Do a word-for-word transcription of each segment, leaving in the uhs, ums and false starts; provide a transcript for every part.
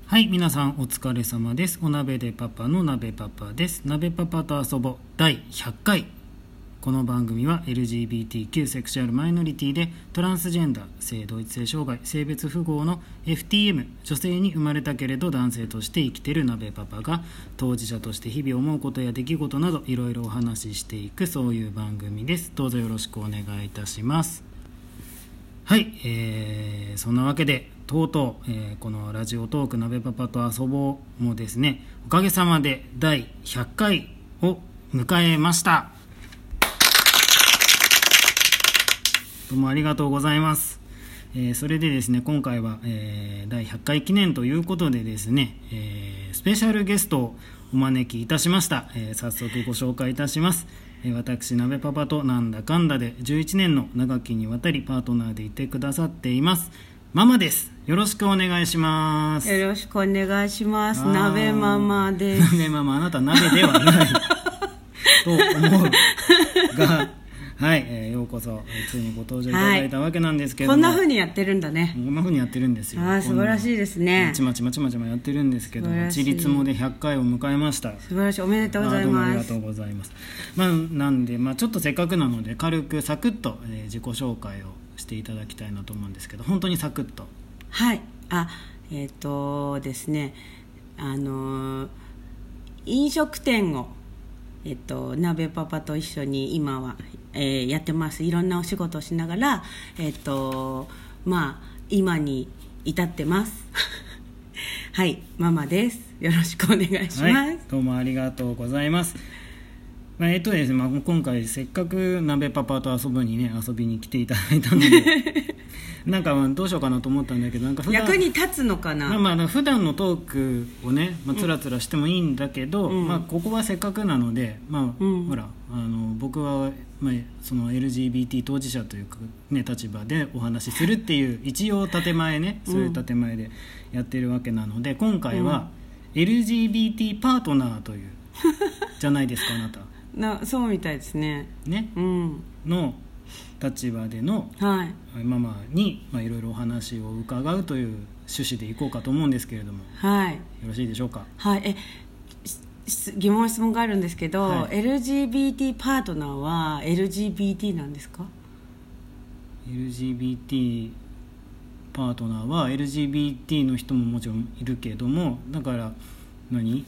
はい、皆さんお疲れ様です。お鍋でパパの鍋パパです。鍋パパと遊ぼうだいひゃっかい。この番組は エルジービーティーキュー セクシュアルマイノリティでトランスジェンダー、性同一性障害、性別不合の エフティーエム、女性に生まれたけれど男性として生きている鍋パパが当事者として日々思うことや出来事などいろいろお話ししていく、そういう番組です。どうぞよろしくお願いいたします。はい、えー、そんなわけでとうとう、えー、このラジオトーク鍋パパと遊ぼうもですね、おかげさまでだいひゃっかいを迎えました。どうもありがとうございます。えー、それでですね、今回は、えー、だいひゃっかい記念ということでですね、えー、スペシャルゲストをお招きいたしました。えー、早速ご紹介いたします。えー、私鍋パパとなんだかんだでじゅういちねんの長きにわたりパートナーでいてくださっていますママです。よろしくお願いします。 よろしくお願いします。鍋ママです。 鍋ママ、あなた鍋ではないと思うがはい、えー、ようこそ、えー、ついにご登場いただいたわけなんですけども、 はい、こんな風にやってるんだね。 こんな風にやってるんですよ。 あ、素晴らしいですね。 ちまちまちまちまやってるんですけど、一律もでひゃっかいを迎えました。 素晴らしい、おめでとうございます。 どうもありがとうございます。まあ、なんで、まあ、ちょっとせっかくなので軽くサクッと、えー、自己紹介をしていただきたいなと思うんですけど、本当にサクッと。 はい、あ、えっ、ー、とですね、あのー、飲食店をえっと、鍋パパと一緒に今は、えー、やってます。いろんなお仕事をしながら、えっとまあ、今に至ってますはい、ママです。よろしくお願いします。はい、 どうもありがとうございます。まあ、えっとですね、まあ、今回せっかく鍋パパと遊ぶにね遊びに来ていただいたのでなんかどうしようかなと思ったんだけど、なんか普段役に立つのかな。 まあ、まあ普段のトークをね、まあ、つらつらしてもいいんだけど、うん、まあ、ここはせっかくなので、まあ、うん、ほらあの僕は、まあ、その エルジービーティー 当事者というか、ね、立場でお話しするっていう一応建前ね、そういう建前でやってるわけなので、今回は エルジービーティー パートナーというじゃないですかあなたな。そうみたいですね。 ね、うん、の立場での、はい、ママにいろいろお話を伺うという趣旨でいこうかと思うんですけれども、はい、よろしいでしょうか。 はい、え疑問質問があるんですけど、はい、エルジービーティー パートナーは エルジービーティー なんですか？ エルジービーティー パートナーは エルジービーティー の人ももちろんいるけども、だから何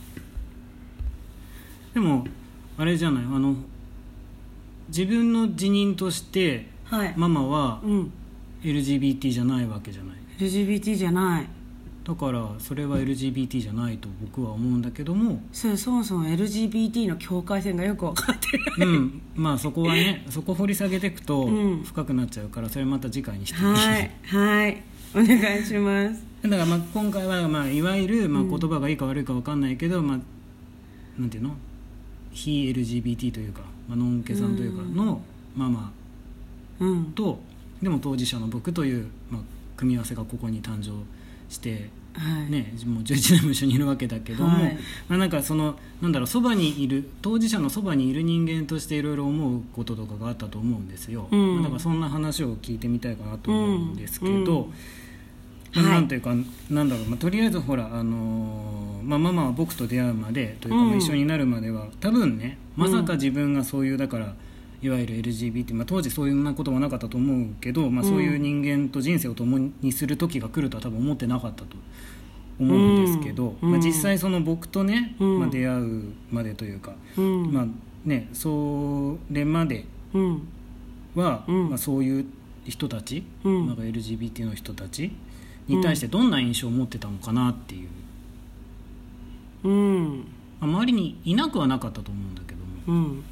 でもあれじゃない、あの自分の辞任として、はい、ママは エルジービーティー じゃないわけじゃない、うん、 エルジービーティー じゃない。 だからそれは エルジービーティー じゃないと僕は思うんだけども、 そ, そもそも エルジービーティー の境界線がよく分かってない、 うん、まあそこはねそこ掘り下げていくと深くなっちゃうから、それまた次回にしてもいい、 はいはいお願いします。 だからまあ今回はまあいわゆるまあ言葉がいいか悪いか分かんないけど、うん、まあなんていうの、非 エルジービーティー というか、まあ、ノンケさんというかのママと、うん、でも当事者の僕という、まあ、組み合わせがここに誕生して、はいね、もうじゅういちねんも一緒にいるわけだけども、はい、まあ、なんかそのなんだろう、そばにいる当事者のそばにいる人間としていろいろ思うこととかがあったと思うんですよ、うん、だからそんな話を聞いてみたいかなと思うんですけど、うんうんまあ、なんというか、はい、なんだろう、まあ、とりあえずほら、あのーまあ、ママは僕と出会うまでというか、うん、一緒になるまでは多分ね、まさか自分がそういうだからいわゆる エルジービーティー、まあ、当時そういうことはなかったと思うけど、まあ、そういう人間と人生を共にする時が来るとは多分思ってなかったと思うんですけど、うんまあ、実際その僕とね、うんまあ、出会うまでというか、うんまあね、それまでは、うんまあ、そういう人たち、うんまあ、エルジービーティー の人たちに対してどんな印象を持ってたのかなっていう、うんまあ、周りにいなくはなかったと思うんだけども、うん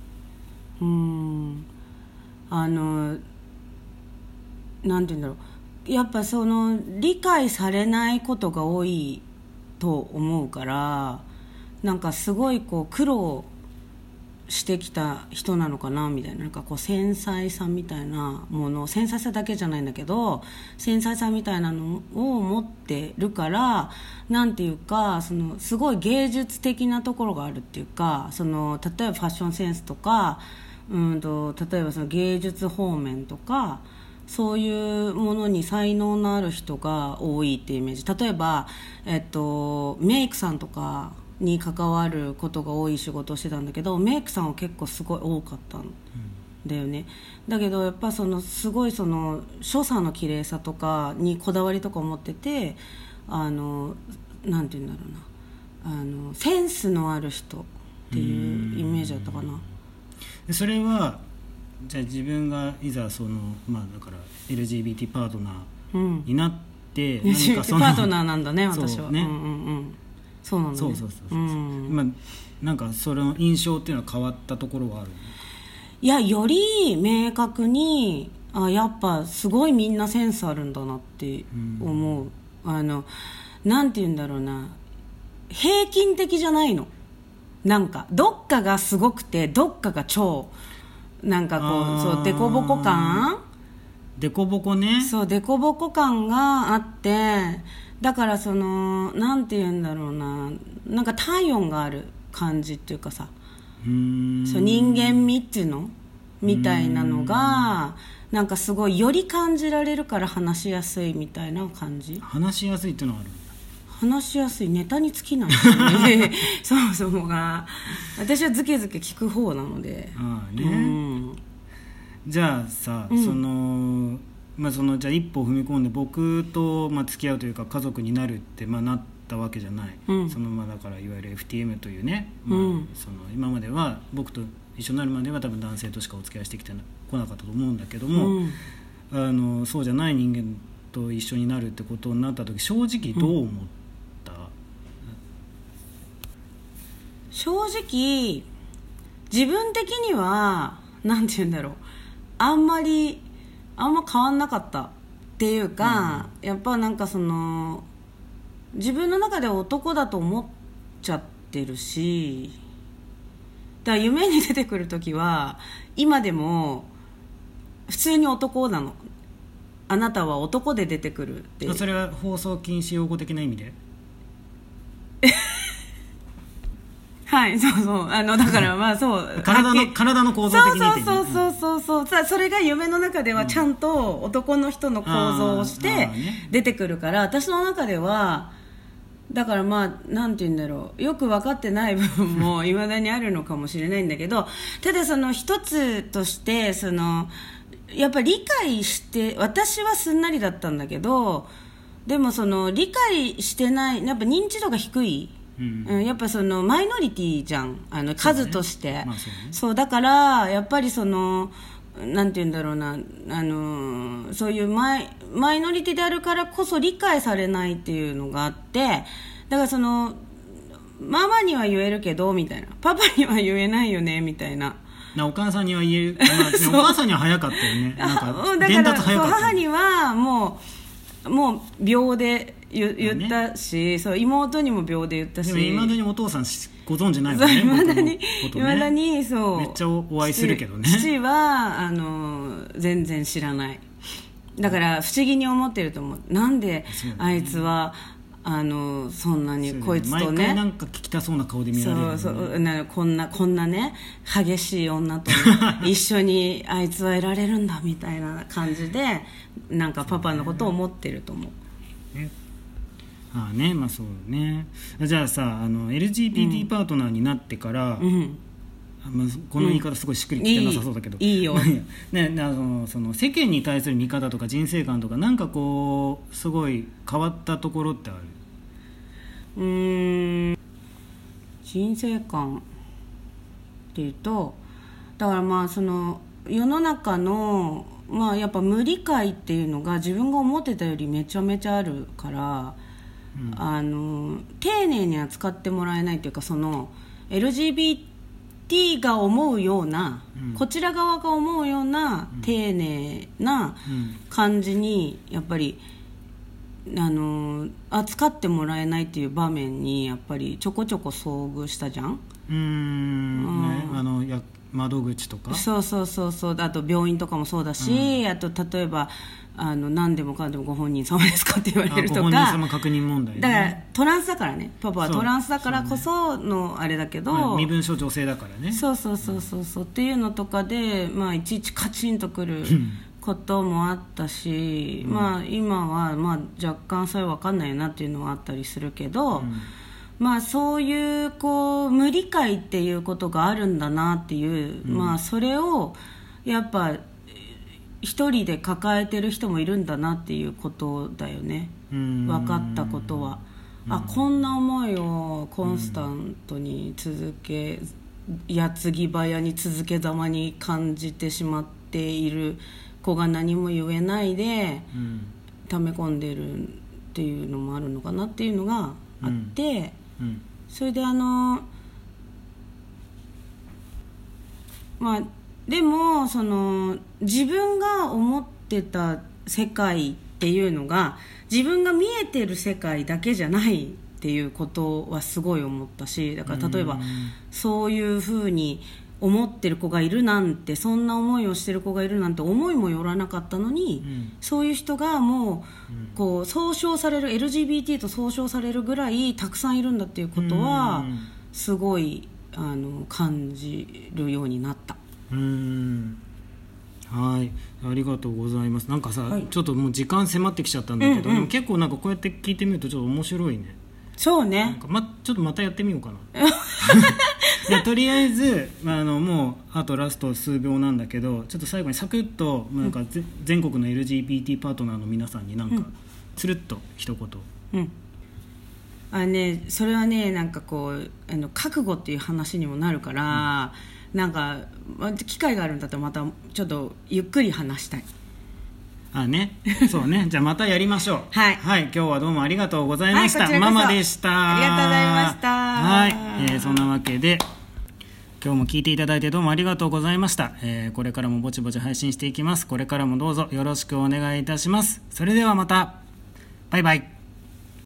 うんあのなんて言うんだろう、やっぱその理解されないことが多いと思うから、なんかすごいこう苦労してきた人なのかなみたいな、なんかこう繊細さみたいなもの、繊細さだけじゃないんだけど繊細さみたいなのを持ってるから、なんていうか、そのすごい芸術的なところがあるっていうか、その例えばファッションセンスとか、うんと例えばその芸術方面とか、 そういうものに才能のある人が多いっていうイメージ。例えば、えっと、メイクさんとかに関わることが多い仕事をしてたんだけど、メイクさんは結構すごい多かったの、うんだよね。だけどやっぱそのすごいその所作の綺麗さとかにこだわりとかを持ってて、あのなんていうんだろうな、あのセンスのある人っていうイメージだったかな。 それはじゃあ自分がいざその、まあ、だから エルジービーティー パートナーになって、 うん、何かそのパートナーなんだね私は。 そうね、 うんうんうん、そうなんだね。 そうそうそうそう、うん、まあ、なんかその印象っていうのは変わったところはあるの？ いや、より明確に、あ、やっぱすごいみんなセンスあるんだなって思う、うん、あのなんて言うんだろうな、平均的じゃないの。なんかどっかがすごくてどっかが超なんかこう、そうデコボコ感デコボコね。 そうデコボコ感があって、だからそのなんて言うんだろうな、なんか体温がある感じっていうかさ、うーん、そう人間味っていうのみたいなのがなんかすごいより感じられるから話しやすいみたいな感じ。 話しやすいっていうのはあるんだ。 話しやすい、ネタに尽きないですねそもそもが私はズケズケ聞く方なので。 ああね、うん、じゃあさ、 うん、 そのまあそのじゃあ一歩踏み込んで僕と、まあ、付き合うというか家族になるって、まあ、なったわけじゃない、うん、そのまあだからいわゆる エフティーエム というね、まあ、うん、その今までは僕と一緒になるまでは多分男性としかお付き合いしてきてこなかったと思うんだけども、うん、あのそうじゃない人間と一緒になるってことになった時正直どう思った？うん、 正直自分的にはなんて言うんだろう、あんまりあんま変わんなかったっていうか、うん、やっぱなんかその自分の中で男だと思っちゃってるし、だから夢に出てくるときは今でも普通に男なの。あなたは男で出てくるって。 それは放送禁止用語的な意味ではい、そうそう、あのだからまあそう体の体の構造的に見て、ね、 そうそうそうそうそう、それが夢の中ではちゃんと男の人の構造をして出てくるから、私の中ではだからまあなんて言うんだろう、よく分かってない部分もいまだにあるのかもしれないんだけど、ただその一つとしてそのやっぱり理解して、私はすんなりだったんだけど、でもその理解してない、やっぱ認知度が低い、うんうん、やっぱそのマイノリティじゃん、あの数として、そうね、まあそうね、そうだからやっぱりそのなんて言うんだろうな、あのそういうマイ、マイノリティであるからこそ理解されないっていうのがあって、だからそのママには言えるけどみたいな、パパには言えないよねみたいな、 お母さんには言える、まあ、お母さんには早かったよね、なんか伝達早かった。 母にはもうもう秒で言, 言ったし、ね、そう妹にも秒で言ったし、 でも未だにお父さんご存知ないもんね。 未だに、未だにそうめっちゃお会いするけどね。 父, 父はあの全然知らない。だから不思議に思ってると思う。なんであいつはあのそんなにこいつとね、 毎回なんか聞きたそうな顔で見られる、ね、 そうそうなこんなこんなね激しい女と、ね、一緒にあいつはいられるんだみたいな感じでなんかパパのことを思ってると思う。 えああね、まあそうね。じゃあさ、あの エルジービーティー パートナーになってから、うん、まあ、この言い方すごいしっくりきてなさそうだけど、 うん、いいよ、 ね、あのその世間に対する見方とか人生観とかなんかこうすごい変わったところってある？ うーん、人生観っていうと、だからまあその世の中のまあやっぱ無理解っていうのが自分が思ってたよりめちゃめちゃあるから、うん、あの丁寧に扱ってもらえないというか、その エルジービーティー が思うような、うん、こちら側が思うような、うん、丁寧な感じにやっぱりあの扱ってもらえないっていう場面にやっぱりちょこちょこ遭遇したじゃん。 うーん、ね、あのや窓口とか、 そうそうそうそう、あと病院とかもそうだし、うん、あと例えばあの何でもかんでもご本人様ですかって言われるとか、ご本人様確認問題、ね、 だからトランスだからね、パパはトランスだからこそのあれだけど、 まあ、身分証女性だからね、 そうそうそうそうそうっていうのとかで、まあ、いちいちカチンとくることもあったし、うん、まあ今はまあ若干それ分かんないなっていうのはあったりするけど、うん、まあそういうこう無理解っていうことがあるんだなっていう、うん、まあそれをやっぱ一人で抱えてる人もいるんだなっていうことだよね。分かったことは、うん、あ、こんな思いをコンスタントに続け、矢継ぎ早に続けざまに感じてしまっている子が何も言えないで、うん、溜め込んでるっていうのもあるのかなっていうのがあって、うんうん、それであのまあでもその自分が思ってた世界っていうのが自分が見えてる世界だけじゃないっていうことはすごい思ったし、だから例えばそういうふうに思ってる子がいるなんて、そんな思いをしてる子がいるなんて思いもよらなかったのに、うん、そういう人がもう、こう総称される エルジービーティー と総称されるぐらいたくさんいるんだっていうことはすごいあの感じるようになった。 うーん、はい、ありがとうございます。なんかさ、はい、ちょっともう時間迫ってきちゃったんだけど、うんうん、でも結構なんかこうやって聞いてみるとちょっと面白いね。 そうね、 なんか、ま、ちょっとまたやってみようかなでとりあえず、まあ、あのもうあとラスト数秒なんだけど、ちょっと最後にサクッとなんか、うん、全国の エルジービーティー パートナーの皆さんになんか、うん、つるっと一言、うん、 あね、それはね、なんかこうあの覚悟っていう話にもなるから、うん、なんか機会があるんだったらまたちょっとゆっくり話したい。 あね、そうねじゃあまたやりましょうはい、 はい、今日はどうもありがとうございました、はい、ママでした。 ありがとうございました。 はい、えー、そんなわけで今日も聞いていただいてどうもありがとうございました、えー、これからもぼちぼち配信していきます。これからもどうぞよろしくお願いいたします。それではまた、バイバイ。